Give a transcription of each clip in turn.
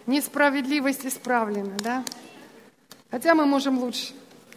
Несправедливость исправлена, да? Хотя мы можем лучше.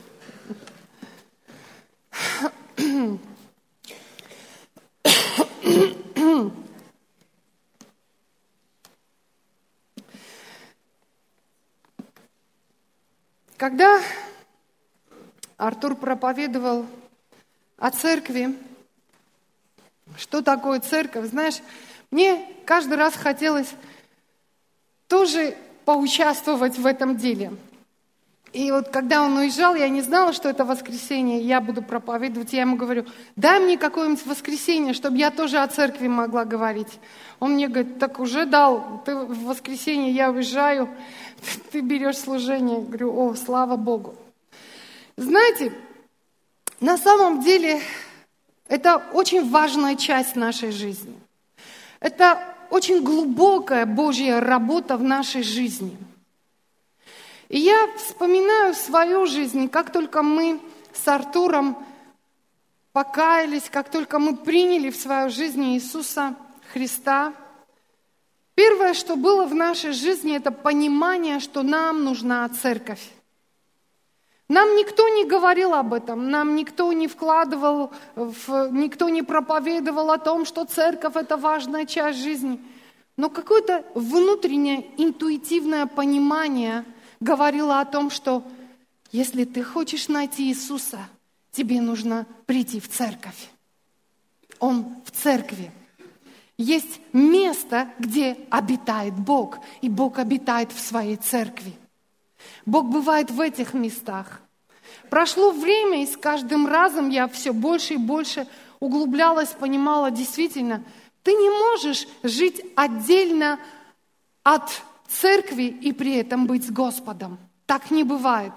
Когда Артур проповедовал о церкви, что такое церковь, знаешь, мне каждый раз хотелось тоже поучаствовать в этом деле. И вот когда он уезжал, я не знала, что это воскресенье, я буду проповедовать. Я ему говорю, дай мне какое-нибудь воскресенье, чтобы я тоже о церкви могла говорить. Он мне говорит, так уже дал, ты в воскресенье, я уезжаю, ты берешь служение. Я говорю, о, слава Богу. Знаете, на самом деле это очень важная часть нашей жизни. Это очень глубокая Божья работа в нашей жизни. И я вспоминаю свою жизнь, как только мы с Артуром покаялись, как только мы приняли в свою жизнь Иисуса Христа. Первое, что было в нашей жизни, это понимание, что нам нужна церковь. Нам никто не говорил об этом, нам никто не вкладывал, никто не проповедовал о том, что церковь – это важная часть жизни. Но какое-то внутреннее интуитивное понимание говорило о том, что если ты хочешь найти Иисуса, тебе нужно прийти в церковь. Он в церкви. Есть место, где обитает Бог, и Бог обитает в своей церкви. Бог бывает в этих местах. Прошло время, и с каждым разом я все больше и больше углублялась, понимала, действительно, ты не можешь жить отдельно от церкви и при этом быть с Господом. Так не бывает.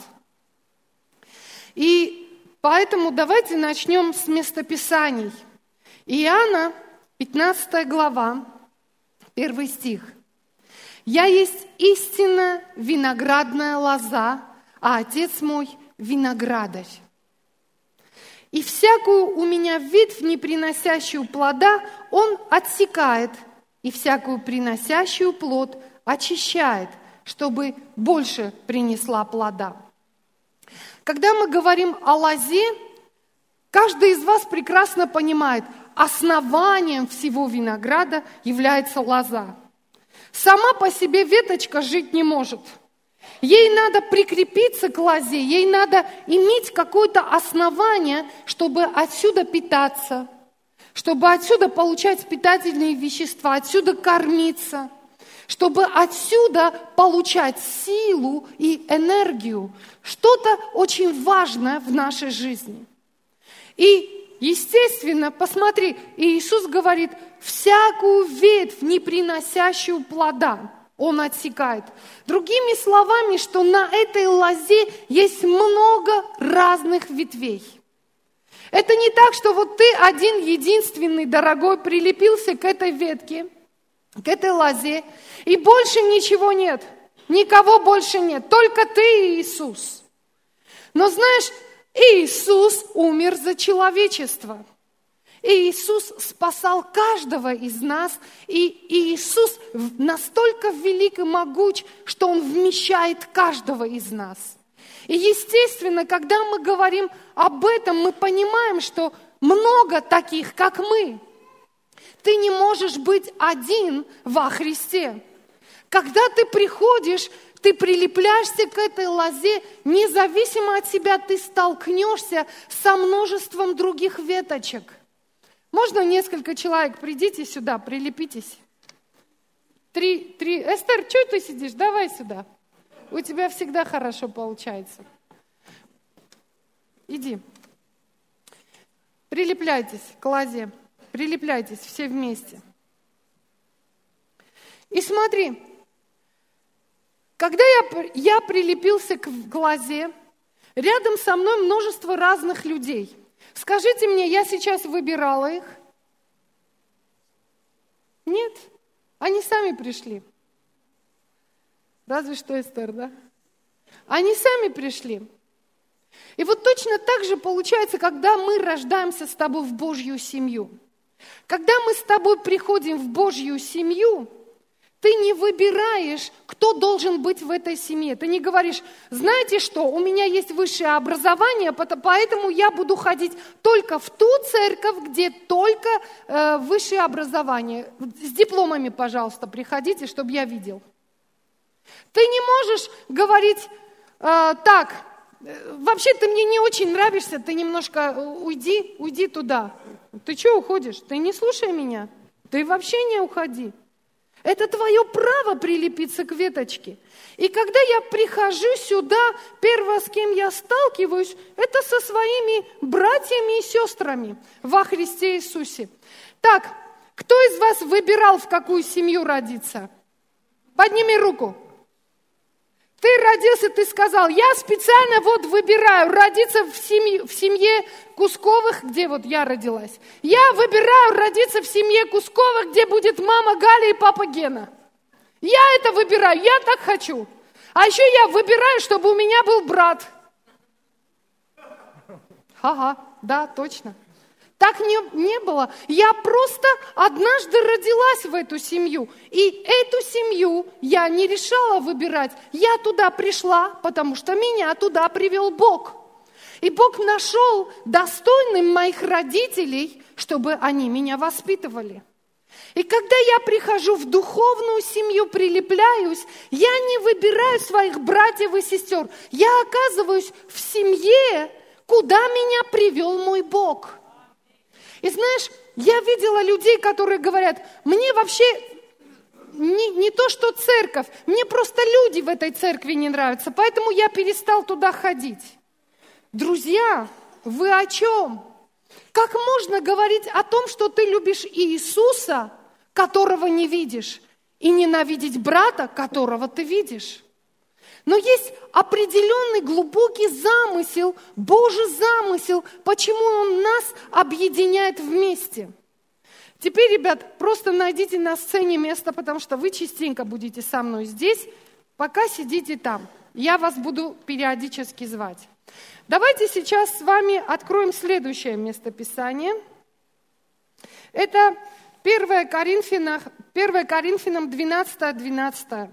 И поэтому давайте начнем с местописаний. Иоанна, 15 глава, 1 стих. «Я есть истинно виноградная лоза, а Отец мой виноградарь. И всякую у меня ветвь, не приносящую плода, Он отсекает, и всякую приносящую плод очищает, чтобы больше принесла плода». Когда мы говорим о лозе, каждый из вас прекрасно понимает, основанием всего винограда является лоза. Сама по себе веточка жить не может. Ей надо прикрепиться к лозе, ей надо иметь какое-то основание, чтобы отсюда питаться, чтобы отсюда получать питательные вещества, отсюда кормиться, чтобы отсюда получать силу и энергию. Что-то очень важное в нашей жизни. И естественно, посмотри, Иисус говорит, всякую ветвь, не приносящую плода, Он отсекает. Другими словами, что на этой лозе есть много разных ветвей. Это не так, что вот ты один, единственный, дорогой, прилепился к этой ветке, к этой лозе, и больше ничего нет, никого больше нет, только ты и Иисус. Но знаешь, Иисус умер за человечество. И Иисус спасал каждого из нас. И Иисус настолько велик и могуч, что Он вмещает каждого из нас. И естественно, когда мы говорим об этом, мы понимаем, что много таких, как мы. Ты не можешь быть один во Христе. Когда ты приходишь, ты прилепляешься к этой лозе, независимо от себя ты столкнешься со множеством других веточек. Можно несколько человек? Придите сюда, прилепитесь. Три. Эстер, что ты сидишь? Давай сюда. У тебя всегда хорошо получается. Иди. Прилепляйтесь к лозе. Прилепляйтесь все вместе. И смотри, когда я прилепился к лозе, рядом со мной множество разных людей. Скажите мне, я сейчас выбирала их? Нет, они сами пришли. Разве что Эстер, да? Они сами пришли. И вот точно так же получается, когда мы рождаемся с тобой в Божью семью. Когда мы с тобой приходим в Божью семью, Ты не выбираешь, кто должен быть в этой семье. Ты не говоришь, знаете что, у меня есть высшее образование, поэтому я буду ходить только в ту церковь, где только высшее образование. С дипломами, пожалуйста, приходите, чтобы я видел. Ты не можешь говорить так, вообще ты мне не очень нравишься, ты немножко уйди туда. Ты что уходишь? Ты не слушай меня. Ты вообще не уходи. Это твое право прилепиться к веточке. И когда я прихожу сюда, первое, с кем я сталкиваюсь, это со своими братьями и сестрами во Христе Иисусе. Так, кто из вас выбирал, в какую семью родиться? Подними руку. Ты родился, ты сказал, я специально выбираю родиться в семье Кусковых, где я родилась. Я выбираю родиться в семье Кусковых, где будет мама Галя и папа Гена. Я это выбираю, я так хочу. А еще я выбираю, чтобы у меня был брат. Ага, да, точно. Так не было. Я просто однажды родилась в эту семью. И эту семью я не решала выбирать. Я туда пришла, потому что меня туда привел Бог. И Бог нашел достойным моих родителей, чтобы они меня воспитывали. И когда я прихожу в духовную семью, прилепляюсь, я не выбираю своих братьев и сестер. Я оказываюсь в семье, куда меня привел мой Бог. И знаешь, я видела людей, которые говорят, мне вообще не то, что церковь, мне просто люди в этой церкви не нравятся, поэтому я перестал туда ходить. Друзья, вы о чем? Как можно говорить о том, что ты любишь Иисуса, которого не видишь, и ненавидеть брата, которого ты видишь? Но есть определенный глубокий замысел, Божий замысел, почему Он нас объединяет вместе. Теперь, ребят, просто найдите на сцене место, потому что вы частенько будете со мной здесь, пока сидите там. Я вас буду периодически звать. Давайте сейчас с вами откроем следующее местописание. Это 1 Коринфянам 12:12.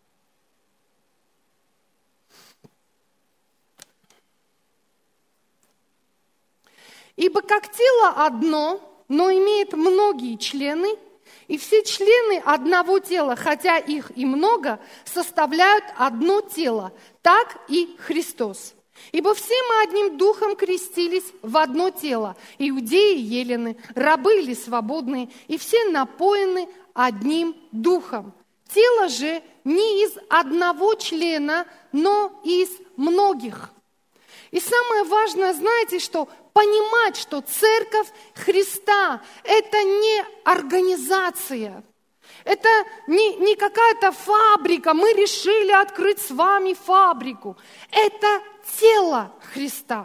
Ибо как тело одно, но имеет многие члены, и все члены одного тела, хотя их и много, составляют одно тело, так и Христос. Ибо все мы одним духом крестились в одно тело, иудеи и елены, рабы или свободные, и все напоены одним духом. Тело же не из одного члена, но из многих. И самое важное, знаете, что понимать, что церковь Христа – это не организация, это не какая-то фабрика, мы решили открыть с вами фабрику. Это тело Христа.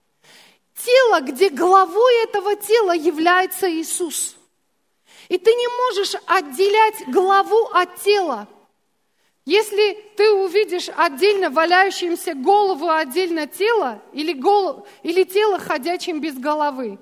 Тело, где главой этого тела является Иисус. И ты не можешь отделять главу от тела. Если ты увидишь отдельно валяющимся голову, отдельно тело, или тело ходячим без головы,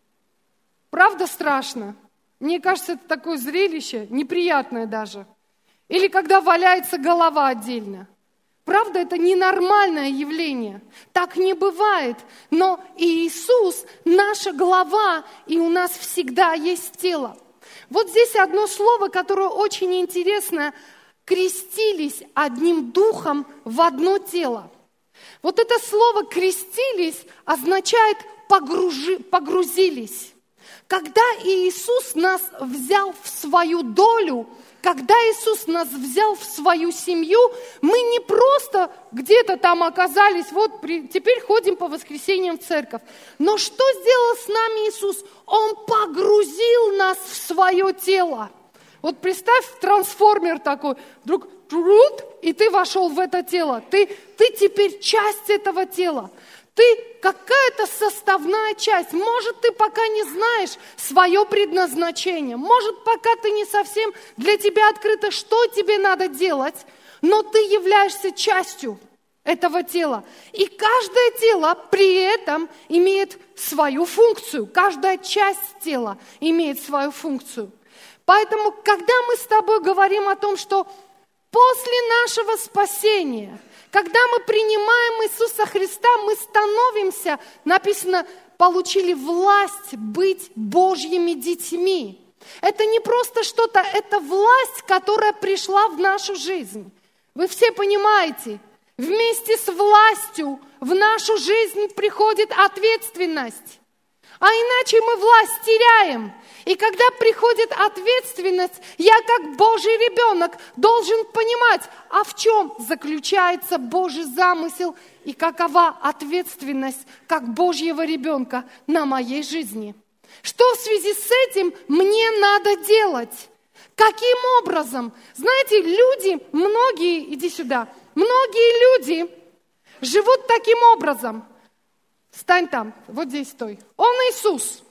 правда страшно? Мне кажется, это такое зрелище, неприятное даже. Или когда валяется голова отдельно. Правда, это ненормальное явление. Так не бывает. Но Иисус наша глава, и у нас всегда есть тело. Вот здесь одно слово, которое очень интересно. Крестились одним духом в одно тело. Вот это слово «крестились» означает «погрузились». Когда Иисус нас взял в свою долю, когда Иисус нас взял в свою семью, мы не просто где-то там оказались, теперь ходим по воскресеньям в церковь. Но что сделал с нами Иисус? Он погрузил нас в свое тело. Вот представь, трансформер такой, вдруг, и ты вошел в это тело. Ты теперь часть этого тела. Ты какая-то составная часть. Может, ты пока не знаешь свое предназначение. Может, пока ты не совсем для тебя открыто, что тебе надо делать. Но ты являешься частью этого тела. И каждое тело при этом имеет свою функцию. Каждая часть тела имеет свою функцию. Поэтому, когда мы с тобой говорим о том, что после нашего спасения, когда мы принимаем Иисуса Христа, мы становимся, написано, получили власть быть Божьими детьми. Это не просто что-то, это власть, которая пришла в нашу жизнь. Вы все понимаете, вместе с властью в нашу жизнь приходит ответственность. А иначе мы власть теряем. И когда приходит ответственность, я как Божий ребенок должен понимать, а в чем заключается Божий замысел и какова ответственность как Божьего ребенка на моей жизни. Что в связи с этим мне надо делать? Каким образом? Знаете, люди, многие, иди сюда, многие люди живут таким образом. Стань там, вот здесь стой. Он Иисус.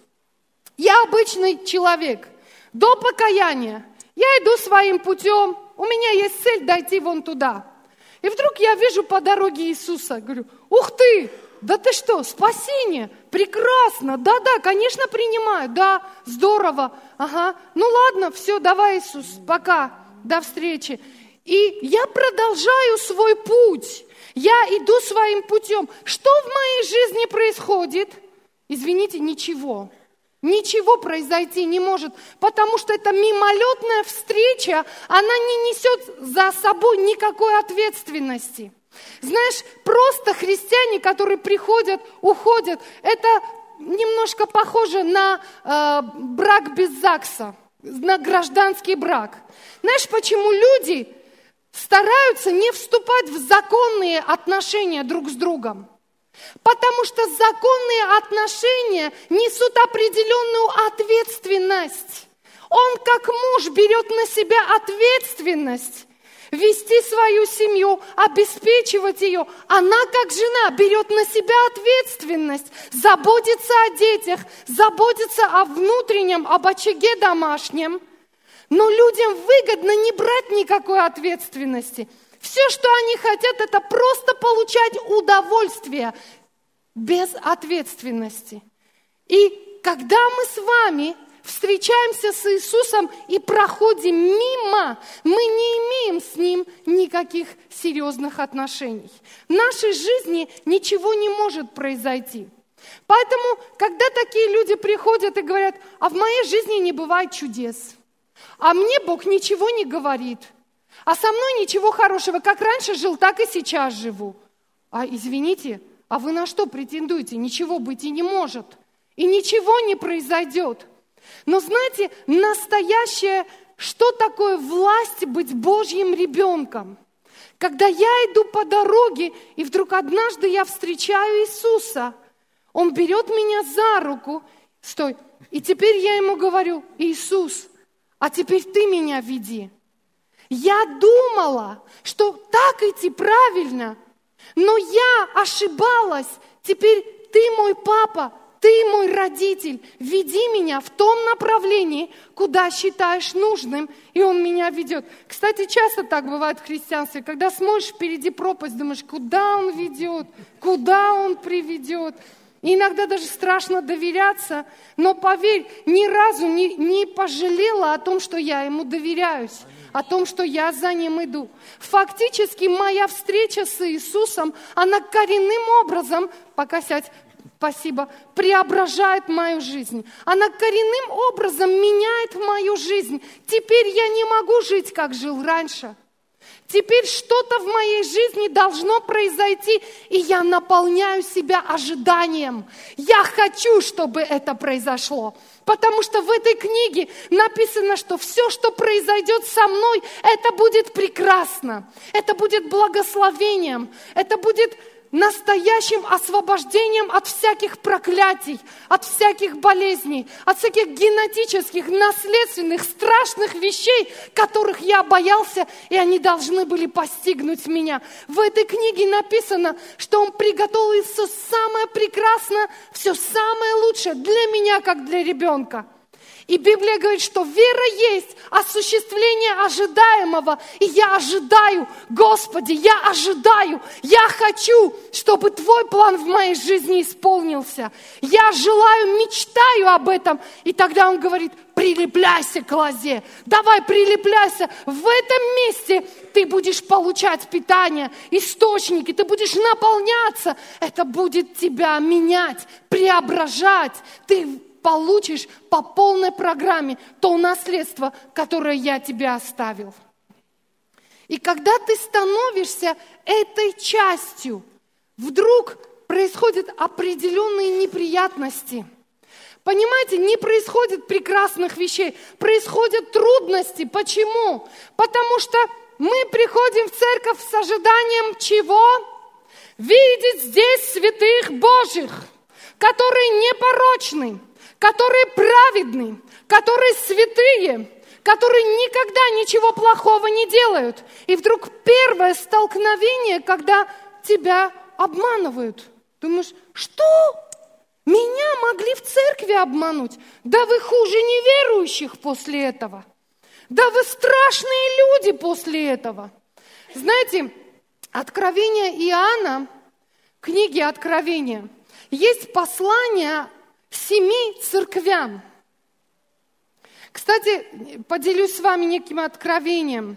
Я обычный человек. До покаяния я иду своим путем. У меня есть цель дойти вон туда. И вдруг я вижу по дороге Иисуса. Говорю, ух ты, да ты что, спасение, прекрасно. Да-да, конечно, принимаю. Да, здорово. Ага, ну ладно, все, давай, Иисус, пока, до встречи. И я продолжаю свой путь. Я иду своим путем. Что в моей жизни происходит? Извините, ничего. Ничего произойти не может, потому что эта мимолетная встреча, она не несет за собой никакой ответственности. Знаешь, просто христиане, которые приходят, уходят, это немножко похоже на брак без ЗАГСа, на гражданский брак. Знаешь, почему люди стараются не вступать в законные отношения друг с другом? Потому что законные отношения несут определенную ответственность. Он, как муж, берет на себя ответственность вести свою семью, обеспечивать ее. Она, как жена, берет на себя ответственность заботиться о детях, заботиться о внутреннем, об очаге домашнем. Но людям выгодно не брать никакой ответственности. Все, что они хотят, это просто получать удовольствие без ответственности. И когда мы с вами встречаемся с Иисусом и проходим мимо, мы не имеем с Ним никаких серьезных отношений. В нашей жизни ничего не может произойти. Поэтому, когда такие люди приходят и говорят, а в моей жизни не бывает чудес, а мне Бог ничего не говорит, а со мной ничего хорошего, как раньше жил, так и сейчас живу. А извините, а вы на что претендуете? Ничего быть и не может. И ничего не произойдет. Но знаете, настоящее, что такое власть быть Божьим ребенком? Когда я иду по дороге, и вдруг однажды я встречаю Иисуса, Он берет меня за руку, стой, и теперь я Ему говорю, Иисус, а теперь Ты меня веди. Я думала, что так идти правильно, но я ошибалась. Теперь Ты мой папа, Ты мой родитель. Веди меня в том направлении, куда считаешь нужным, и Он меня ведет. Кстати, часто так бывает в христианстве, когда смотришь впереди пропасть, думаешь, куда Он ведет, куда Он приведет. И иногда даже страшно доверяться, но поверь, ни разу не пожалела о том, что я Ему доверяюсь, о том, что я за Ним иду. Фактически моя встреча с Иисусом, она коренным образом, пока сядь, спасибо, преображает мою жизнь. Она коренным образом меняет мою жизнь. Теперь я не могу жить, как жил раньше. Теперь что-то в моей жизни должно произойти, и я наполняю себя ожиданием. Я хочу, чтобы это произошло. Потому что в этой книге написано, что все, что произойдет со мной, это будет прекрасно. Это будет благословением. Это будет настоящим освобождением от всяких проклятий, от всяких болезней, от всяких генетических, наследственных, страшных вещей, которых я боялся, и они должны были постигнуть меня. В этой книге написано, что Он приготовил все самое прекрасное, все самое лучшее для меня, как для ребенка. И Библия говорит, что вера есть осуществление ожидаемого. И я ожидаю, Господи, я ожидаю, я хочу, чтобы Твой план в моей жизни исполнился. Я желаю, мечтаю об этом. И тогда он говорит, прилепляйся к лозе, давай прилепляйся. В этом месте ты будешь получать питание, источники, ты будешь наполняться. Это будет тебя менять, преображать. Ты получишь по полной программе то наследство, которое я тебе оставил. И когда ты становишься этой частью, вдруг происходят определенные неприятности. Понимаете, не происходит прекрасных вещей, происходят трудности. Почему? Потому что мы приходим в церковь с ожиданием чего? Видеть здесь святых Божьих, которые непорочны, которые праведны, которые святые, которые никогда ничего плохого не делают. И вдруг первое столкновение, когда тебя обманывают. Думаешь, что? Меня могли в церкви обмануть? Да вы хуже неверующих после этого. Да вы страшные люди после этого. Знаете, Откровение Иоанна, книги Откровения, есть послание 7 церквям. Кстати, поделюсь с вами неким откровением.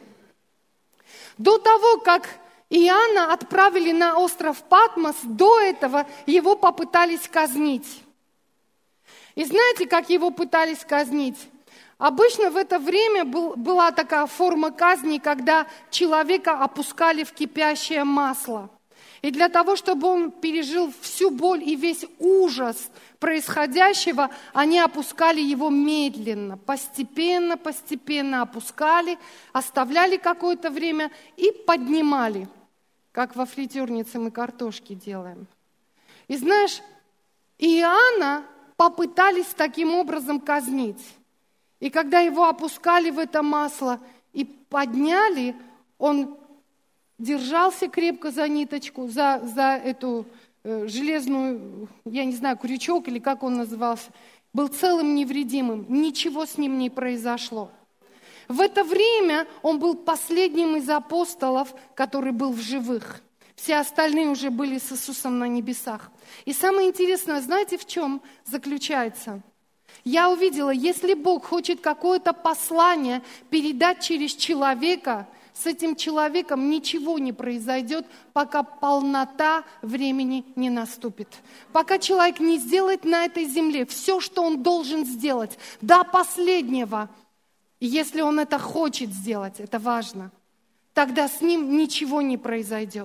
До того, как Иоанна отправили на остров Патмос, до этого его попытались казнить. И знаете, как его пытались казнить? Обычно в это время была такая форма казни, когда человека опускали в кипящее масло. И для того, чтобы он пережил всю боль и весь ужас происходящего, они опускали его медленно, постепенно опускали, оставляли какое-то время и поднимали, как во фритюрнице мы картошки делаем. И знаешь, Иоанна попытались таким образом казнить. И когда его опускали в это масло и подняли, он держался крепко за ниточку, за эту железную, я не знаю, крючок или как он назывался, был целым невредимым, ничего с ним не произошло. В это время он был последним из апостолов, который был в живых. Все остальные уже были с Иисусом на небесах. И самое интересное, знаете, в чем заключается? Я увидела, если Бог хочет какое-то послание передать через человека, с этим человеком ничего не произойдет, пока полнота времени не наступит. Пока человек не сделает на этой земле все, что он должен сделать, до последнего. И если он это хочет сделать, это важно, тогда с ним ничего не произойдет.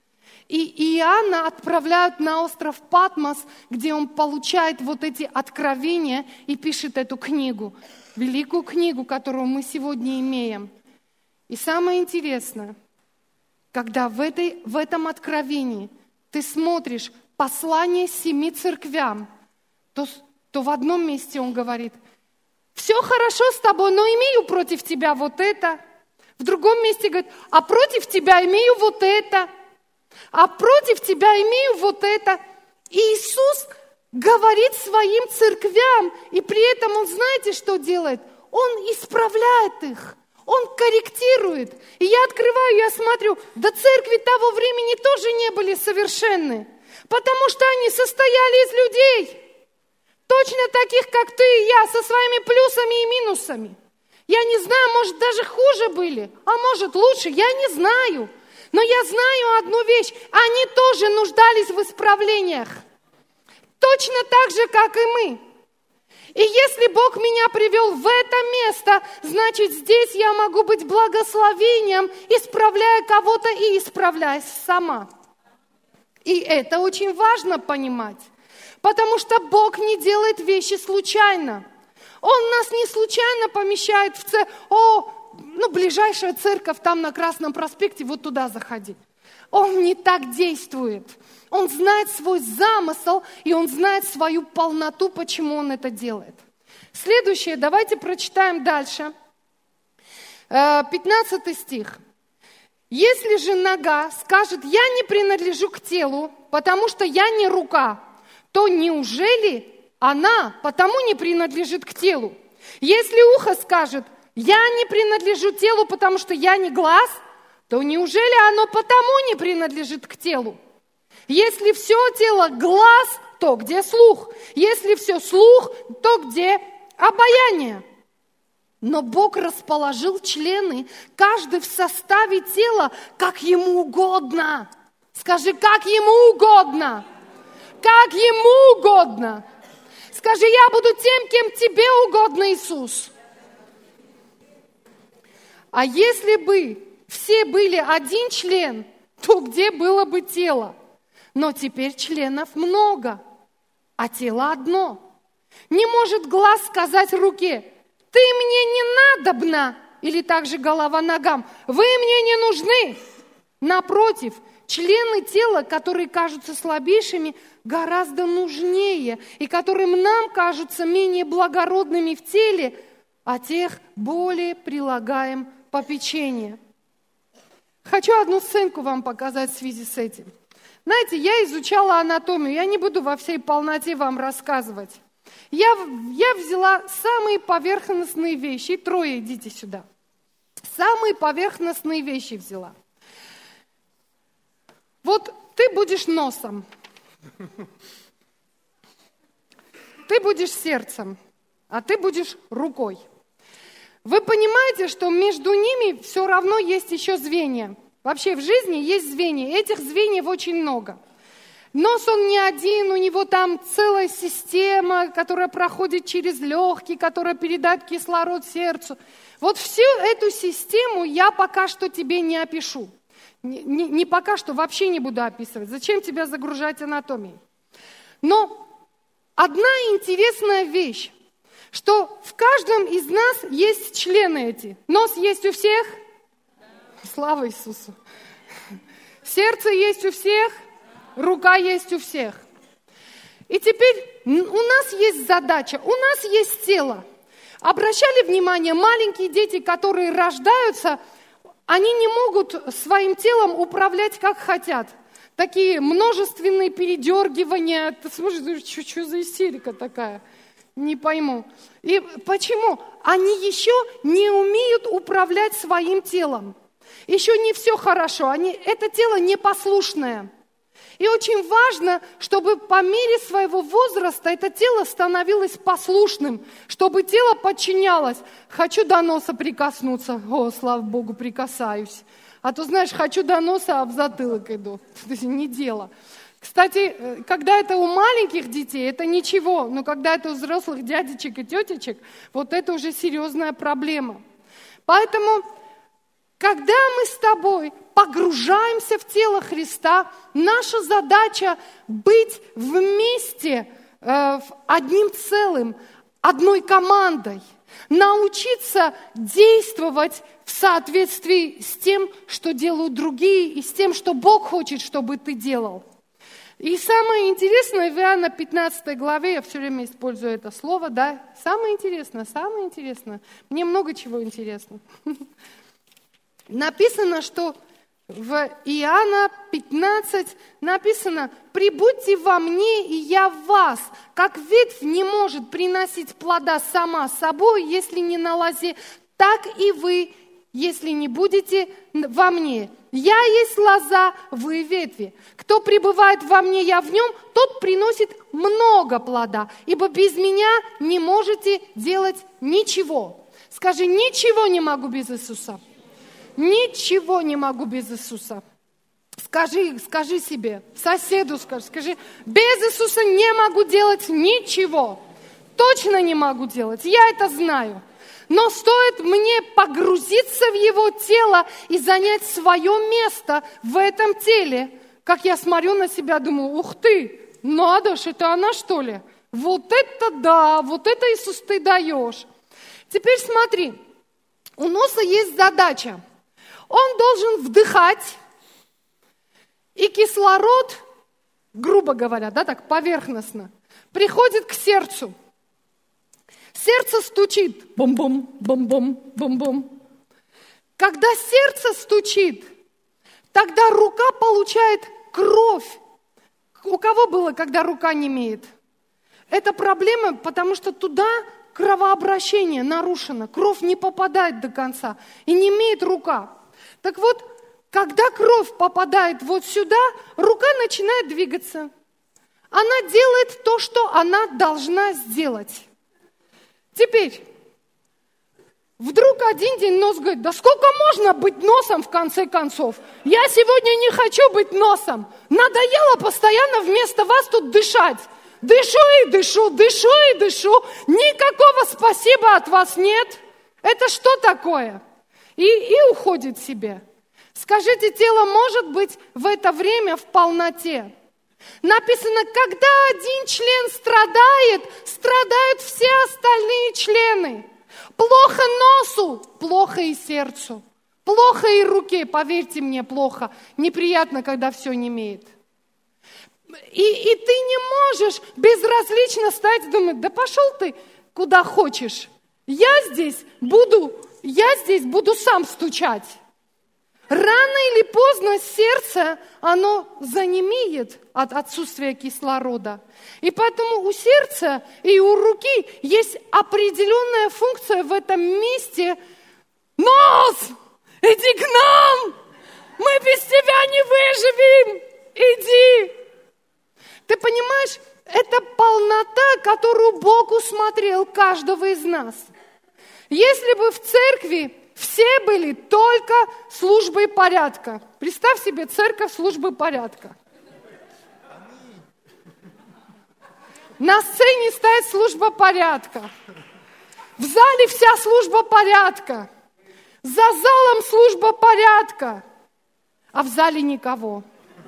И Иоанна отправляют на остров Патмос, где он получает вот эти откровения и пишет эту книгу, великую книгу, которую мы сегодня имеем. И самое интересное, когда в этом откровении ты смотришь послание 7 церквям, то в одном месте он говорит, все хорошо с тобой, но имею против тебя вот это. В другом месте говорит, а против тебя имею вот это. А против тебя имею вот это. И Иисус говорит своим церквям, и при этом он, знаете, что делает? Он исправляет их. Он корректирует. И я открываю, я смотрю, да церкви того времени тоже не были совершенны, потому что они состояли из людей, точно таких, как ты и я, со своими плюсами и минусами. Я не знаю, может, даже хуже были, а может, лучше, я не знаю. Но я знаю одну вещь, они тоже нуждались в исправлениях, точно так же, как и мы. И если Бог меня привел в это место, значит, здесь я могу быть благословением, исправляя кого-то и исправляясь сама. И это очень важно понимать, потому что Бог не делает вещи случайно. Он нас не случайно помещает в церковь. Ближайшая церковь там на Красном проспекте, вот туда заходи. Он не так действует. Он знает свой замысел, и он знает свою полноту, почему он это делает. Следующее, давайте прочитаем дальше. 15 стих. «Если же нога скажет, я не принадлежу к телу, потому что я не рука, то неужели она потому не принадлежит к телу? Если ухо скажет, я не принадлежу телу, потому что я не глаз, то неужели оно потому не принадлежит к телу? Если все тело глаз, то где слух? Если все слух, то где обаяние? Но Бог расположил члены, каждый в составе тела, как ему угодно. Скажи, как ему угодно. Как ему угодно. Скажи, я буду тем, кем тебе угодно, Иисус. А если бы все были один член, то где было бы тело? Но теперь членов много, а тело одно. Не может глаз сказать руке, ты мне не надобна, или также голова ногам, вы мне не нужны. Напротив, члены тела, которые кажутся слабейшими, гораздо нужнее, и которым нам кажутся менее благородными в теле, а тех более прилагаем попечение. Хочу одну сценку вам показать в связи с этим. Знаете, я изучала анатомию, я не буду во всей полноте вам рассказывать. Я взяла самые поверхностные вещи, трое идите сюда. Самые поверхностные вещи взяла. Вот ты будешь носом, ты будешь сердцем, а ты будешь рукой. Вы понимаете, что между ними все равно есть еще звенья. Вообще в жизни есть звенья, этих звеньев очень много. Нос он не один, у него там целая система, которая проходит через легкие, которая передает кислород сердцу. Вот всю эту систему я пока что тебе не опишу. Не пока что, вообще не буду описывать. Зачем тебя загружать анатомией? Но одна интересная вещь, что в каждом из нас есть члены эти. Нос есть у всех? Слава Иисусу. Сердце есть у всех? Рука есть у всех. И теперь у нас есть задача, у нас есть тело. Обращали внимание, маленькие дети, которые рождаются, они не могут своим телом управлять как хотят. Такие множественные передергивания. Ты смотришь, что за истерика такая? Не пойму. И почему? Они еще не умеют управлять своим телом. Еще не все хорошо. Это тело непослушное. И очень важно, чтобы по мере своего возраста это тело становилось послушным, чтобы тело подчинялось. Хочу до носа прикоснуться. О, слава Богу, прикасаюсь. А то, знаешь, хочу до носа, а в затылок иду. Это не дело. Кстати, когда это у маленьких детей, это ничего. Но когда это у взрослых дядечек и тетечек, вот это уже серьезная проблема. Поэтому, когда мы с тобой погружаемся в тело Христа, наша задача быть вместе, одним целым, одной командой. Научиться действовать в соответствии с тем, что делают другие, и с тем, что Бог хочет, чтобы ты делал. И самое интересное, в Иоанна 15 главе, я все время использую это слово, да, самое интересное, мне много чего интересно. Написано, что в Иоанна 15 написано: «Прибудьте во мне, и я в вас, как ветвь не может приносить плода сама собой, если не на лозе, так и вы, если не будете во мне. Я есть лоза, вы ветви. Кто пребывает во мне, я в нем, тот приносит много плода, ибо без меня не можете делать ничего». Скажи: ничего не могу без Иисуса. Ничего не могу без Иисуса. Скажи себе, соседу скажи, без Иисуса не могу делать ничего. Точно не могу делать, я это знаю. Но стоит мне погрузиться в Его тело и занять свое место в этом теле, как я смотрю на себя, думаю: ух ты, надо ж, это она что ли? Вот это да, вот это, Иисус, ты даешь. Теперь смотри, у носа есть задача. Он должен вдыхать, и кислород, грубо говоря, да, так поверхностно, приходит к сердцу. Сердце стучит, бом-бом, бом-бом, бом-бом. Когда сердце стучит, тогда рука получает кровь. У кого было, когда рука немеет? Это проблема, потому что туда кровообращение нарушено, кровь не попадает до конца и не имеет рука. Так вот, когда кровь попадает вот сюда, рука начинает двигаться. Она делает то, что она должна сделать. Теперь, вдруг один день нос говорит: да сколько можно быть носом в конце концов? Я сегодня не хочу быть носом. Надоело постоянно вместо вас тут дышать. Дышу и дышу, дышу и дышу. Никакого спасибо от вас нет. Это что такое? И уходит себе. Скажите, тело может быть в это время в полноте? Написано, когда один член страдает, страдают все остальные члены. Плохо носу, плохо и сердцу. Плохо и руке, поверьте мне, плохо. Неприятно, когда все немеет. И ты не можешь безразлично стать и думать: да пошел ты куда хочешь. Я здесь буду сам стучать. Рано или поздно сердце, оно занемеет от отсутствия кислорода. И поэтому у сердца и у руки есть определенная функция в этом месте. Нос, иди к нам! Мы без тебя не выживем! Иди! Ты понимаешь, это полнота, которую Бог усмотрел каждого из нас. Если бы в церкви все были только службой порядка. Представь себе церковь службы порядка. На сцене стоит служба порядка. В зале вся служба порядка. За залом служба порядка. А в зале никого.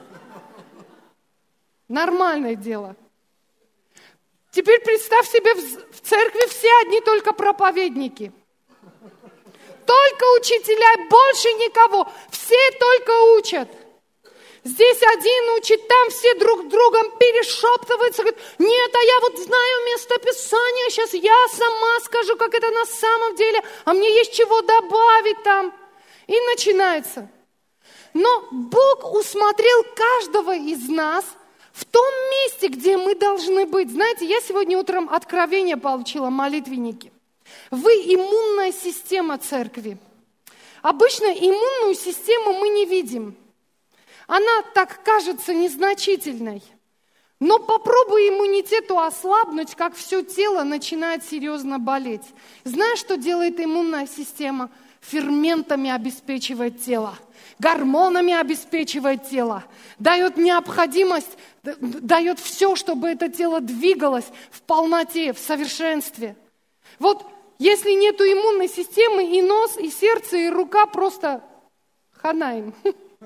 Нормальное дело. Теперь представь себе, в церкви все одни только проповедники. Только учителя, больше никого. Все только учат. Здесь один учит, там все друг другом перешептываются. Говорят: нет, а я вот знаю местописание, сейчас я сама скажу, как это на самом деле, а мне есть чего добавить там. И начинается. Но Бог усмотрел каждого из нас в том месте, где мы должны быть. Знаете, я сегодня утром откровение получила, молитвенники. Вы иммунная система церкви. Обычно иммунную систему мы не видим. Она так кажется незначительной. Но попробуй иммунитету ослабнуть, как все тело начинает серьезно болеть. Знаешь, что делает иммунная система? Ферментами обеспечивает тело, гормонами обеспечивает тело, дает необходимость, дает все, чтобы это тело двигалось в полноте, в совершенстве. Вот если нету иммунной системы, и нос, и сердце, и рука просто хана им.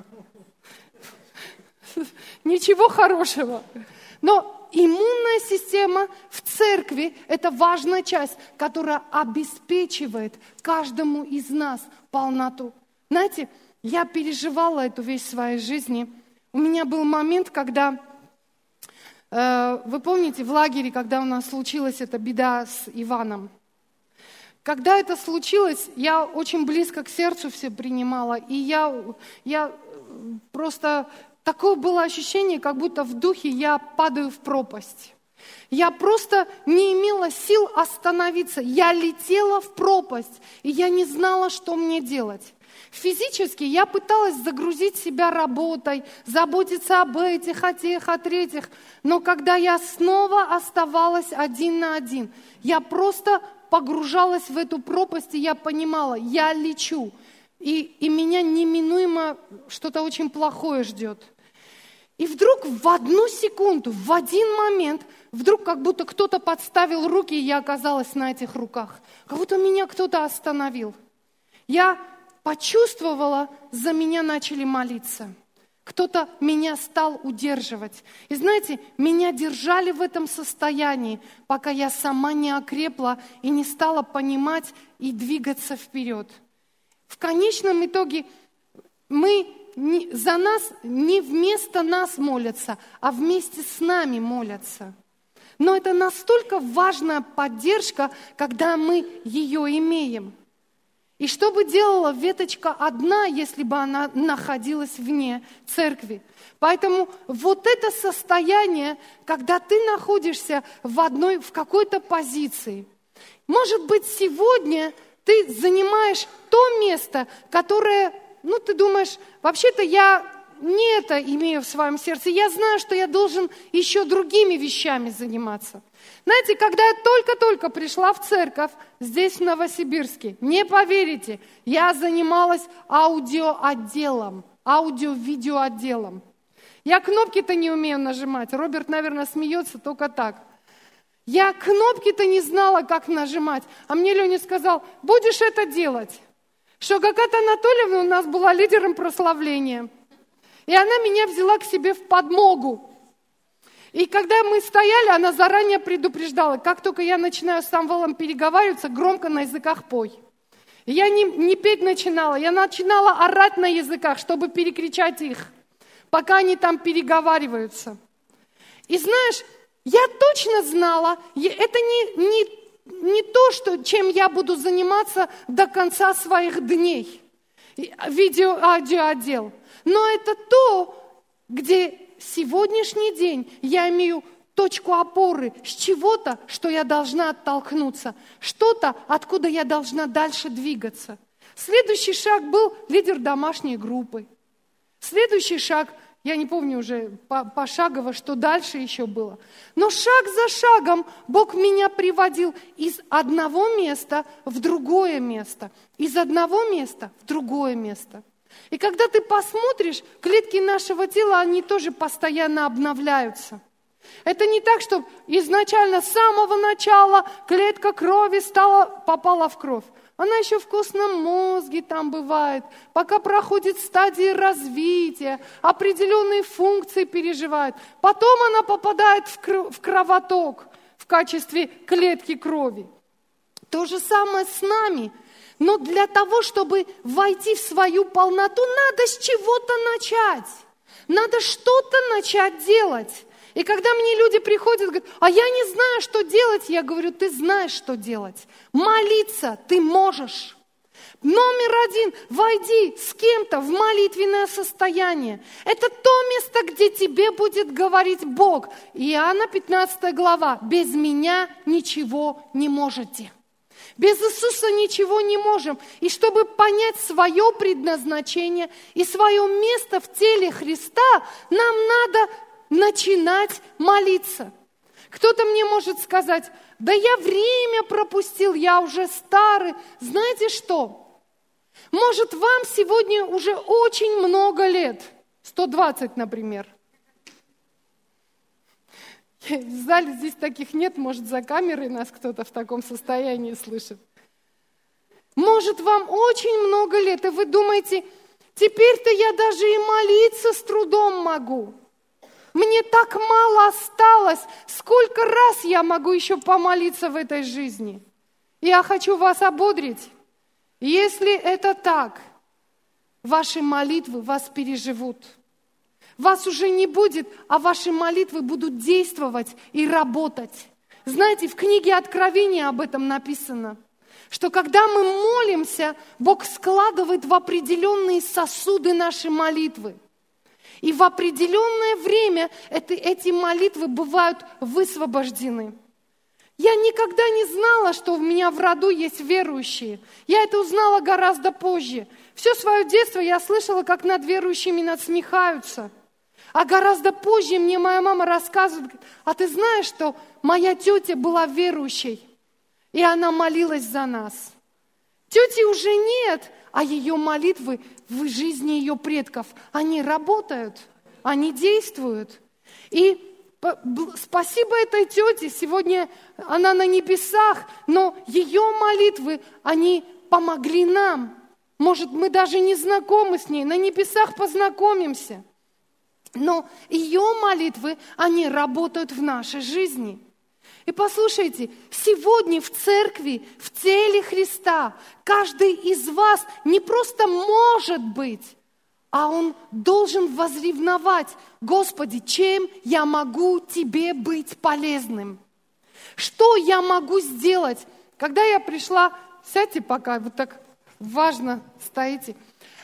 Ничего хорошего. Но иммунная система в церкви – это важная часть, которая обеспечивает каждому из нас полноту. Знаете, я переживала эту вещь в своей жизни. У меня был момент, когда, вы помните, в лагере, когда у нас случилась эта беда с Иваном. Когда это случилось, я очень близко к сердцу все принимала, и я просто... Такое было ощущение, как будто в духе я падаю в пропасть. Я просто не имела сил остановиться. Я летела в пропасть, и я не знала, что мне делать. Физически я пыталась загрузить себя работой, заботиться об этих, о тех, о третьих. Но когда я снова оставалась один на один, я просто погружалась в эту пропасть, и я понимала, я лечу. И меня неминуемо что-то очень плохое ждет. И вдруг в одну секунду, в один момент, вдруг как будто кто-то подставил руки, и я оказалась на этих руках. Как будто меня кто-то остановил. Я почувствовала, за меня начали молиться. Кто-то меня стал удерживать. И знаете, меня держали в этом состоянии, пока я сама не окрепла и не стала понимать и двигаться вперед. В конечном итоге за нас не вместо нас молятся, а вместе с нами молятся. Но это настолько важная поддержка, когда мы ее имеем. И что бы делала веточка одна, если бы она находилась вне церкви? Поэтому вот это состояние, когда ты находишься в какой-то позиции, Может быть, сегодня ты занимаешь то место, которое, ты думаешь, вообще-то я не это имею в своем сердце. Я знаю, что я должен еще другими вещами заниматься. Знаете, когда я только-только пришла в церковь здесь, в Новосибирске, не поверите, я занималась аудио-видеоотделом. Я кнопки-то не умею нажимать. Роберт, наверное, смеется только так. Я кнопки-то не знала, как нажимать. А мне Леня сказал, будешь это делать. Что Гагата Анатольевна у нас была лидером прославления. И она меня взяла к себе в подмогу. И когда мы стояли, она заранее предупреждала, как только я начинаю с Самвелом переговариваться, громко на языках пой. И я не петь начинала, я начинала орать на языках, чтобы перекричать их, пока они там переговариваются. И знаешь, я точно знала, это не то, чем я буду заниматься до конца своих дней, аудиоотдел. Но это то, где сегодняшний день я имею точку опоры с чего-то, что я должна оттолкнуться, что-то, откуда я должна дальше двигаться. Следующий шаг был лидер домашней группы. Следующий шаг, я не помню уже пошагово, что дальше еще было. Но шаг за шагом Бог меня приводил из одного места в другое место, из одного места в другое место. И когда ты посмотришь, клетки нашего тела, они тоже постоянно обновляются. Это не так, что изначально, с самого начала клетка крови попала в кровь. Она еще в костном мозге там бывает, пока проходит стадии развития, определенные функции переживает. Потом она попадает в кровоток в качестве клетки крови. То же самое с нами. Но для того, чтобы войти в свою полноту, надо с чего-то начать. Надо что-то начать делать. И когда мне люди приходят и говорят, а я не знаю, что делать, я говорю, ты знаешь, что делать. Молиться ты можешь. Номер один, войди с кем-то в молитвенное состояние. Это то место, где тебе будет говорить Бог. Иоанна 15 глава, без меня ничего не можете. Без Иисуса ничего не можем. И чтобы понять свое предназначение и свое место в теле Христа, нам надо начинать молиться. Кто-то мне может сказать, да я время пропустил, я уже старый. Знаете что? Может, вам сегодня уже очень много лет, 120, например. В зале здесь таких нет, может, за камерой нас кто-то в таком состоянии слышит. Может, вам очень много лет, и вы думаете, теперь-то я даже и молиться с трудом могу. Мне так мало осталось, сколько раз я могу еще помолиться в этой жизни. Я хочу вас ободрить. Если это так, ваши молитвы вас переживут. Вас уже не будет, а ваши молитвы будут действовать и работать. Знаете, в книге Откровения об этом написано, что когда мы молимся, Бог складывает в определенные сосуды наши молитвы. И в определенное время эти молитвы бывают высвобождены. Я никогда не знала, что у меня в роду есть верующие. Я это узнала гораздо позже. Все свое детство я слышала, как над верующими насмехаются. А гораздо позже мне моя мама рассказывает, а ты знаешь, что моя тетя была верующей, и она молилась за нас. Тети уже нет, а ее молитвы в жизни ее предков, они работают, они действуют. И спасибо этой тете, сегодня она на небесах, но ее молитвы, они помогли нам. Может, мы даже не знакомы с ней, на небесах познакомимся. Но ее молитвы, они работают в нашей жизни. И послушайте, сегодня в церкви, в теле Христа, каждый из вас не просто может быть, а он должен возревновать: Господи, чем я могу Тебе быть полезным? Что я могу сделать? Когда я пришла, сядьте пока, вот так важно стоите.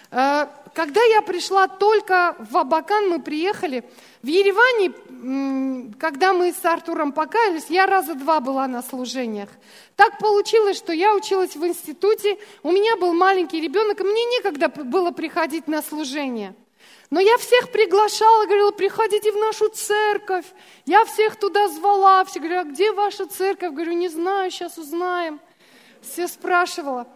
Когда я пришла только в Абакан, мы приехали. В Ереване, когда мы с Артуром покаялись, я раза 2 была на служениях. Так получилось, что я училась в институте, у меня был маленький ребенок, и мне некогда было приходить на служение. Но я всех приглашала, говорила, приходите в нашу церковь. Я всех туда звала, все говорят, а где ваша церковь? Говорю, не знаю, сейчас узнаем. Все спрашивала.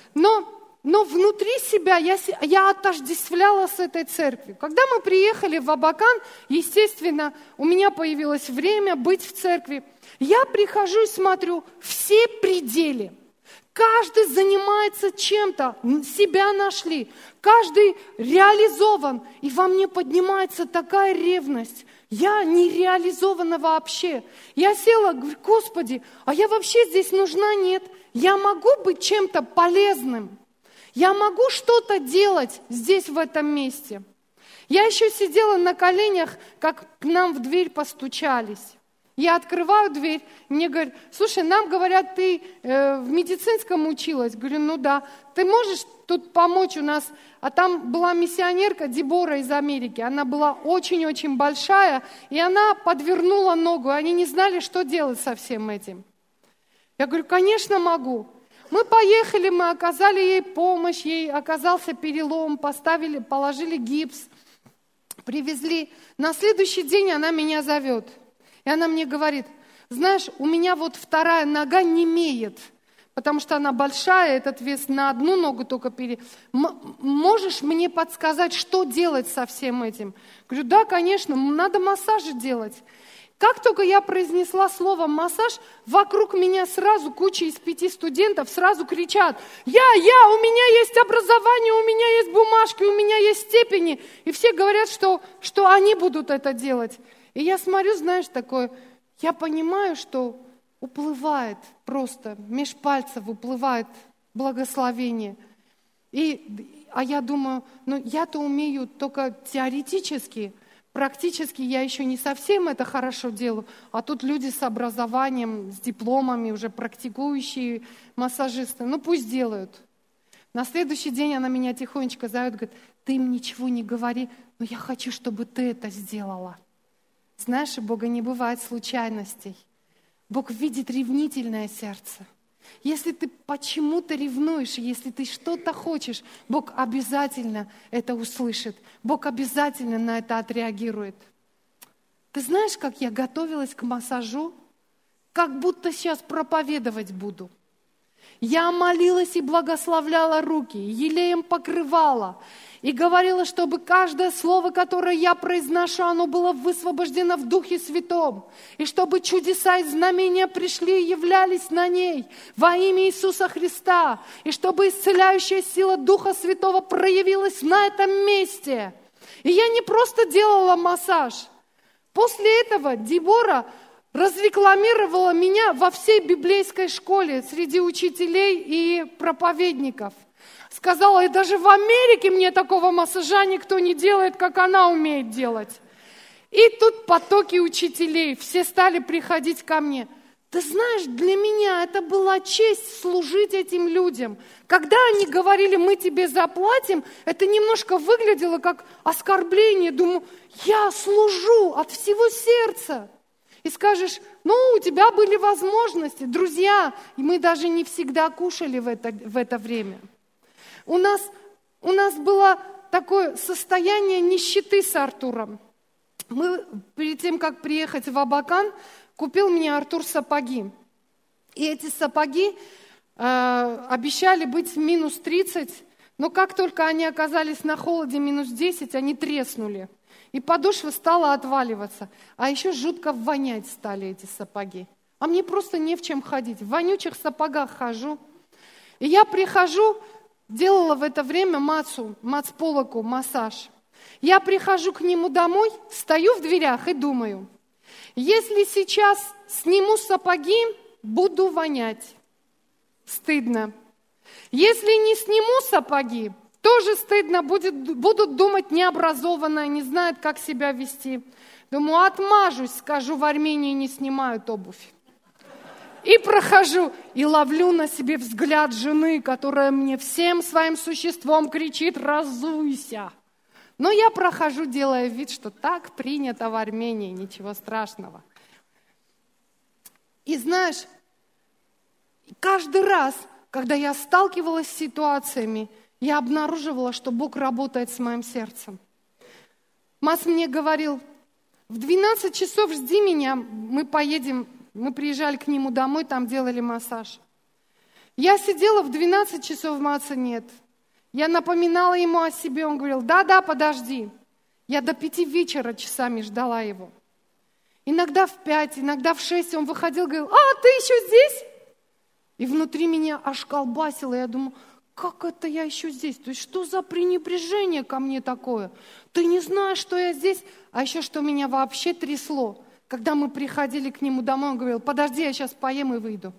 Но внутри себя я отождествляла с этой церковью. Когда мы приехали в Абакан, естественно, у меня появилось время быть в церкви. Я прихожу и смотрю, все пределы. Каждый занимается чем-то, себя нашли. Каждый реализован. И во мне поднимается такая ревность. Я не реализована вообще. Я села, говорю, Господи, а я вообще здесь нужна? Нет. Я могу быть чем-то полезным. Я могу что-то делать здесь, в этом месте. Я еще сидела на коленях, как к нам в дверь постучались. Я открываю дверь, мне говорят, слушай, нам говорят, ты в медицинском училась. Говорю, ну да. Ты можешь тут помочь у нас? А там была миссионерка Дебора из Америки. Она была очень-очень большая, и она подвернула ногу. Они не знали, что делать со всем этим. Я говорю, конечно, могу. Мы поехали, мы оказали ей помощь, ей оказался перелом, положили гипс, привезли. На следующий день она меня зовет. И она мне говорит, знаешь, у меня вот 2 нога немеет, потому что она большая, этот вес на 1 ногу только Можешь мне подсказать, что делать со всем этим? Говорю, да, конечно, надо массажи делать. Как только я произнесла слово «массаж», вокруг меня сразу куча из 5 студентов сразу кричат, у меня есть образование, у меня есть бумажки, у меня есть степени. И все говорят, что они будут это делать. И я смотрю, знаешь, такое, я понимаю, что уплывает просто, меж пальцев уплывает благословение. А я думаю, я-то умею только теоретически, практически я еще не совсем это хорошо делаю, а тут люди с образованием, с дипломами, уже практикующие массажисты, пусть делают. На следующий день она меня тихонечко зовет, говорит, ты им ничего не говори, но я хочу, чтобы ты это сделала. Знаешь, у Бога не бывает случайностей. Бог видит ревнительное сердце. Если ты почему-то ревнуешь, если ты что-то хочешь, Бог обязательно это услышит. Бог обязательно на это отреагирует. Ты знаешь, как я готовилась к массажу? Как будто сейчас проповедовать буду. Я молилась и благословляла руки, елеем покрывала. И говорила, чтобы каждое слово, которое я произношу, оно было высвобождено в Духе Святом. И чтобы чудеса и знамения пришли и являлись на ней во имя Иисуса Христа. И чтобы исцеляющая сила Духа Святого проявилась на этом месте. И я не просто делала массаж. После этого Дебора разрекламировала меня во всей библейской школе среди учителей и проповедников. Сказала, и даже в Америке мне такого массажа никто не делает, как она умеет делать. И тут потоки учителей, все стали приходить ко мне. Ты знаешь, для меня это была честь служить этим людям. Когда они говорили, мы тебе заплатим, это немножко выглядело как оскорбление. Думаю, я служу от всего сердца. И скажешь, у тебя были возможности. Друзья, мы даже не всегда кушали в это время. У нас было такое состояние нищеты с Артуром. Мы перед тем, как приехать в Абакан, купил мне Артур сапоги. И эти сапоги обещали быть минус 30, но как только они оказались на холоде минус 10, они треснули. И подошва стала отваливаться. А еще жутко вонять стали эти сапоги. А мне просто не в чем ходить. В вонючих сапогах хожу. И я прихожу, делала в это время Полоку массаж. Я прихожу к нему домой, стою в дверях и думаю, если сейчас сниму сапоги, буду вонять. Стыдно. Если не сниму сапоги, тоже стыдно, будут думать необразованная, не знают, как себя вести. Думаю, отмажусь, скажу, в Армении не снимают обувь. И прохожу, и ловлю на себе взгляд жены, которая мне всем своим существом кричит: разуйся. Но я прохожу, делая вид, что так принято в Армении, ничего страшного. И знаешь, каждый раз, когда я сталкивалась с ситуациями, я обнаруживала, что Бог работает с моим сердцем. Мас мне говорил: в 12 часов жди меня, мы поедем. Мы приезжали к нему домой, там делали массаж. Я сидела в 12 часов, Маса нет. Я напоминала ему о себе, он говорил: да, подожди. Я до 5 вечера часами ждала его. Иногда в 5, иногда в 6 он выходил, говорил: ты еще здесь? И внутри меня аж колбасило, я думаю: как это я еще здесь? То есть что за пренебрежение ко мне такое? Ты не знаешь, что я здесь? А еще что меня вообще трясло. Когда мы приходили к нему домой, он говорил: подожди, я сейчас поем и выйду.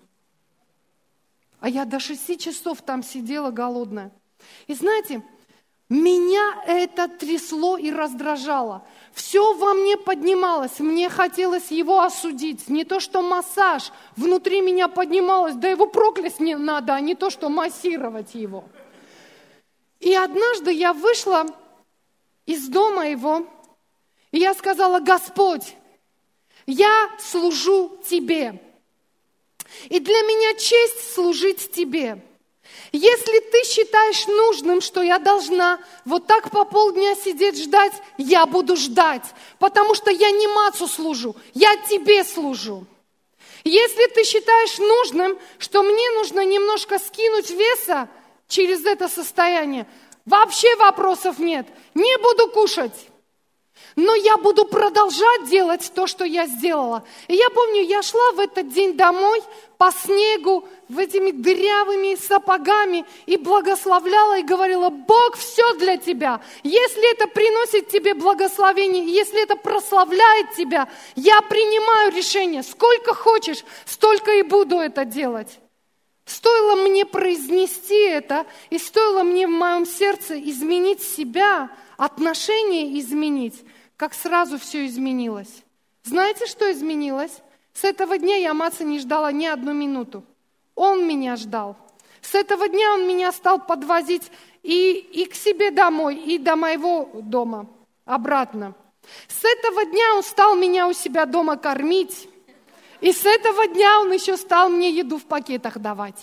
А я до 6 часов там сидела голодная. И знаете, меня это трясло и раздражало. Все во мне поднималось, мне хотелось его осудить. Не то, что массаж, внутри меня поднималось, да его проклясть не надо, а не то, что массировать его. И однажды я вышла из дома его, и я сказала: Господь, я служу Тебе. И для меня честь служить Тебе. Если Ты считаешь нужным, что я должна вот так по полдня сидеть ждать, я буду ждать, потому что я не Мацу служу, я Тебе служу. Если Ты считаешь нужным, что мне нужно немножко скинуть веса через это состояние, вообще вопросов нет, не буду кушать. Но я буду продолжать делать то, что я сделала. И я помню, я шла в этот день домой по снегу, в этими дырявыми сапогами и благословляла и говорила: Бог, все для Тебя. Если это приносит Тебе благословение, если это прославляет Тебя, я принимаю решение. Сколько хочешь, столько и буду это делать. Стоило мне произнести это, и стоило мне в моем сердце изменить себя, отношение изменить, как сразу все изменилось. Знаете, что изменилось? С этого дня я Маца не ждала ни одну минуту. Он меня ждал. С этого дня он меня стал подвозить и к себе домой, и до моего дома обратно. С этого дня он стал меня у себя дома кормить. И с этого дня он еще стал мне еду в пакетах давать.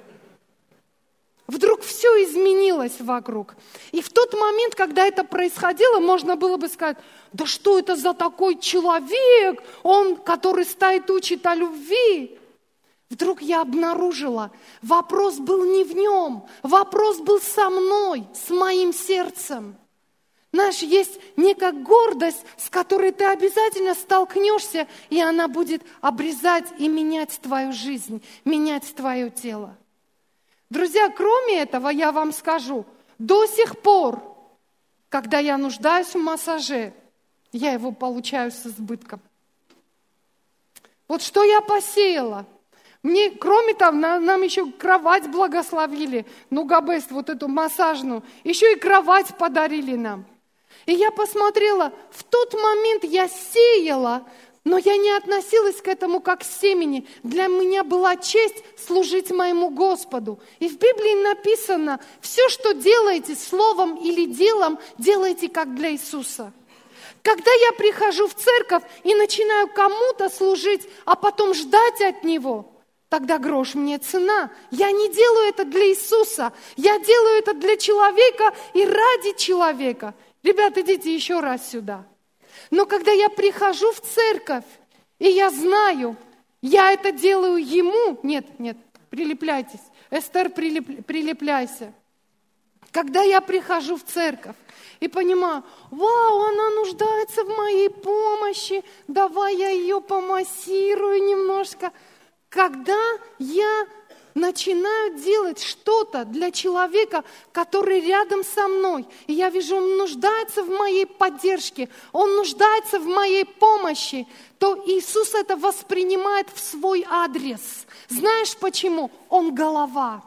Вдруг все изменилось вокруг. И в тот момент, когда это происходило, можно было бы сказать: да что это за такой человек, он, который стоит, учит о любви. Вдруг я обнаружила, вопрос был не в нем, вопрос был со мной, с моим сердцем. Знаешь, есть некая гордость, с которой ты обязательно столкнешься, и она будет обрезать и менять твою жизнь, менять твое тело. Друзья, кроме этого, я вам скажу, до сих пор, когда я нуждаюсь в массаже, я его получаю с избытком. Вот что я посеяла. Мне, кроме того, нам еще кровать благословили, Нугабест, вот эту массажную, еще и кровать подарили нам. И я посмотрела, в тот момент я сеяла, но я не относилась к этому как к семени. Для меня была честь служить моему Господу. И в Библии написано: все, что делаете словом или делом, делайте как для Иисуса. Когда я прихожу в церковь и начинаю кому-то служить, а потом ждать от Него, тогда грош мне цена. Я не делаю это для Иисуса, я делаю это для человека и ради человека. Ребята, идите еще раз сюда. Но когда я прихожу в церковь, и я знаю, я это делаю Ему, нет, прилепляйтесь, Эстер, прилепляйся. Когда я прихожу в церковь и понимаю: вау, она нуждается в моей помощи, давай я ее помассирую немножко. Когда я начинаю делать что-то для человека, который рядом со мной, и я вижу, он нуждается в моей поддержке, он нуждается в моей помощи, то Иисус это воспринимает в свой адрес. Знаешь почему? Он голова.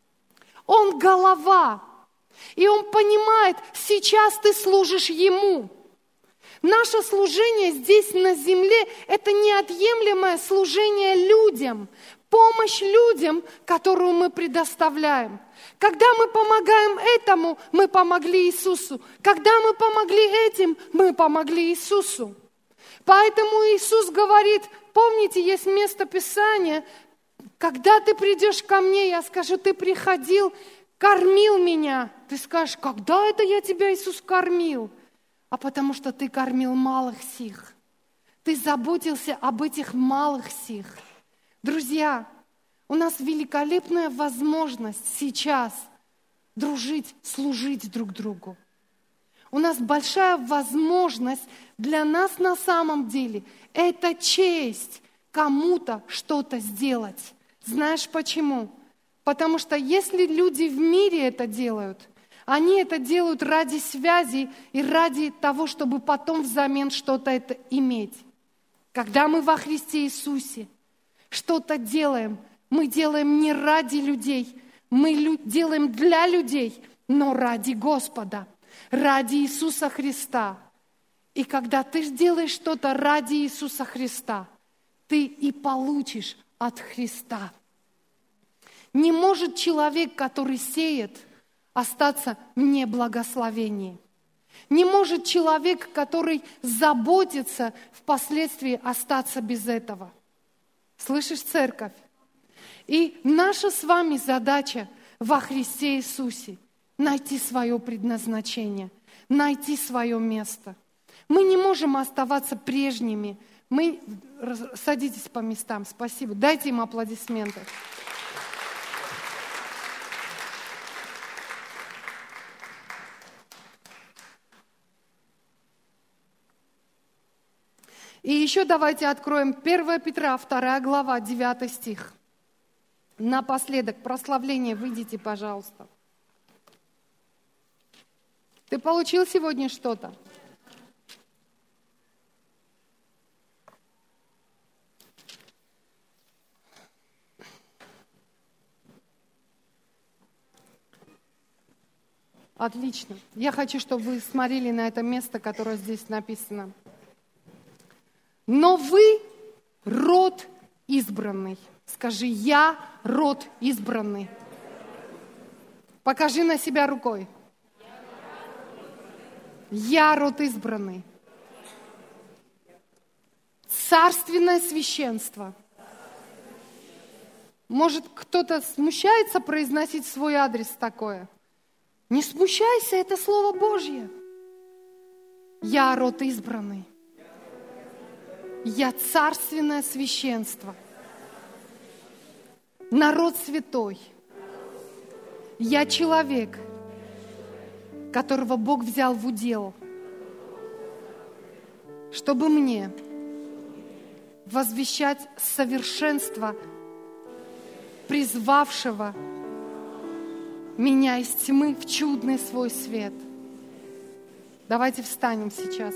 Он голова. И он понимает, сейчас ты служишь Ему. Наше служение здесь на земле – это неотъемлемое служение людям. помощь людям, которую мы предоставляем. Когда мы помогаем этому, мы помогли Иисусу. Когда мы помогли этим, мы помогли Иисусу. Поэтому Иисус говорит, помните, есть место Писания, когда ты придешь ко мне, я скажу, ты приходил, кормил меня. Ты скажешь, когда это я тебя, Иисус, кормил? А потому что ты кормил малых сих. Ты заботился об этих малых сих. Друзья, у нас великолепная возможность сейчас дружить, служить друг другу. У нас большая возможность для нас на самом деле. Это честь кому-то что-то сделать. Знаешь почему? Потому что если люди в мире это делают, они это делают ради связи и ради того, чтобы потом взамен что-то это иметь. Когда мы во Христе Иисусе что-то делаем, мы делаем не ради людей, мы делаем для людей, но ради Господа, ради Иисуса Христа. И когда ты делаешь что-то ради Иисуса Христа, ты и получишь от Христа. Не может человек, который сеет, остаться в неблагословении. Не может человек, который заботится, впоследствии остаться без этого. Слышишь, церковь? И наша с вами задача во Христе Иисусе найти свое предназначение, найти свое место. Мы не можем оставаться прежними. Садитесь по местам, спасибо. Дайте им аплодисменты. И еще давайте откроем 1 Петра, 2 глава, 9 стих. Напоследок, прославление, выйдите, пожалуйста. Ты получил сегодня что-то? Отлично. Я хочу, чтобы вы смотрели на это место, которое здесь написано. Но вы род избранный. Скажи, я род избранный. Покажи на себя рукой. Я род избранный. Царственное священство. Может, кто-то смущается произносить свой адрес такое? Не смущайся, это Слово Божье. Я род избранный. Я царственное священство. Народ святой. Я человек, которого Бог взял в удел, чтобы мне возвещать совершенство призвавшего меня из тьмы в чудный свой свет. Давайте встанем сейчас.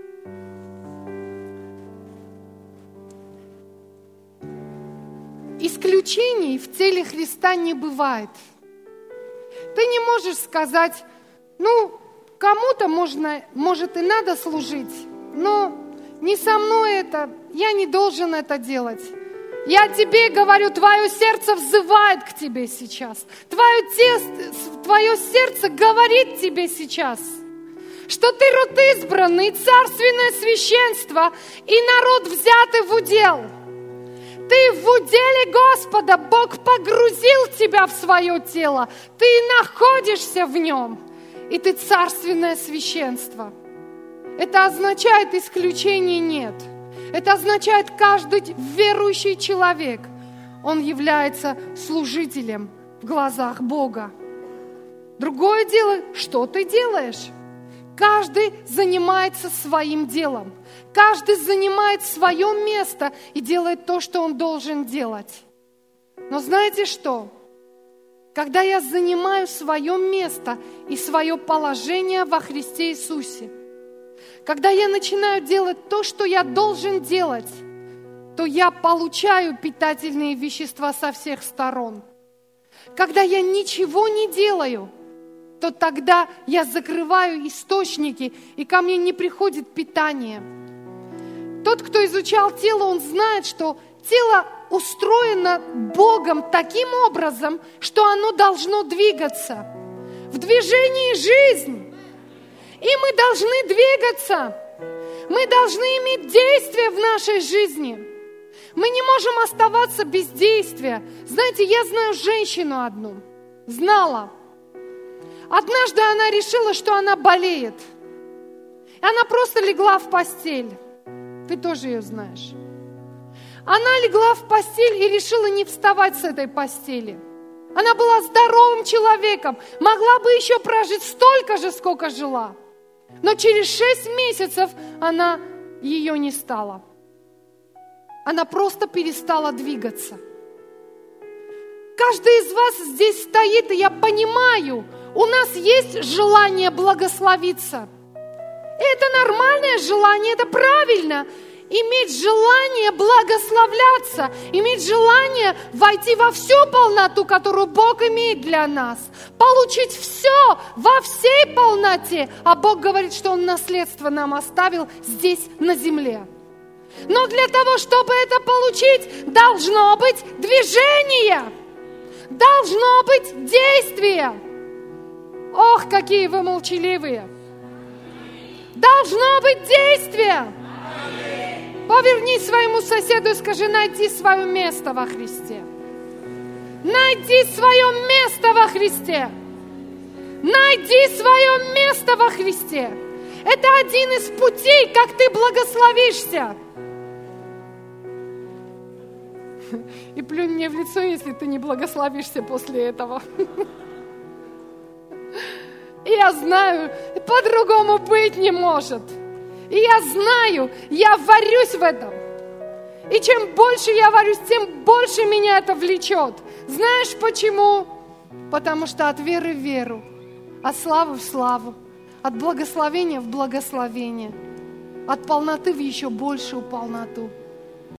Исключений в теле Христа не бывает. Ты не можешь сказать, кому-то может и надо служить, но не со мной это, я не должен это делать. Я тебе говорю, твое сердце взывает к тебе сейчас. Твое сердце говорит тебе сейчас, что ты род избранный, царственное священство и народ взятый в удел. Ты в уделе Господа, Бог погрузил тебя в свое тело, ты находишься в нем, и ты царственное священство. Это означает, исключений нет. Это означает, каждый верующий человек, он является служителем в глазах Бога. Другое дело, что ты делаешь? Каждый занимается своим делом. Каждый занимает свое место и делает то, что он должен делать. Но знаете что? Когда я занимаю свое место и свое положение во Христе Иисусе, когда я начинаю делать то, что я должен делать, то я получаю питательные вещества со всех сторон. Когда я ничего не делаю, то тогда я закрываю источники, и ко мне не приходит питание. Тот, кто изучал тело, он знает, что тело устроено Богом таким образом, что оно должно двигаться. В движении жизнь. И мы должны двигаться. Мы должны иметь действие в нашей жизни. Мы не можем оставаться без действия. Знаете, я знаю женщину одну. Знала. Однажды она решила, что она болеет. Она просто легла в постель. Ты тоже ее знаешь. Она легла в постель и решила не вставать с этой постели. Она была здоровым человеком, могла бы еще прожить столько же, сколько жила. Но через 6 месяцев она ее не стала. Она просто перестала двигаться. Каждый из вас здесь стоит, и я понимаю, у нас есть желание благословиться. И это нормальное желание, это правильно. Иметь желание благословляться, иметь желание войти во всю полноту, которую Бог имеет для нас. Получить все во всей полноте. А Бог говорит, что Он наследство нам оставил здесь на земле. Но для того, чтобы это получить, должно быть движение. Должно быть действие. Ох, какие вы молчаливые. Должно быть действие. Повернись своему соседу и скажи: найди свое место во Христе. Найди свое место во Христе. Найди свое место во Христе. Это один из путей, как ты благословишься. И плюнь мне в лицо, если ты не благословишься после этого. И я знаю, по-другому быть не может. И я знаю, я варюсь в этом. И чем больше я варюсь, тем больше меня это влечет. Знаешь почему? Потому что от веры в веру, от славы в славу, от благословения в благословение, от полноты в еще большую полноту.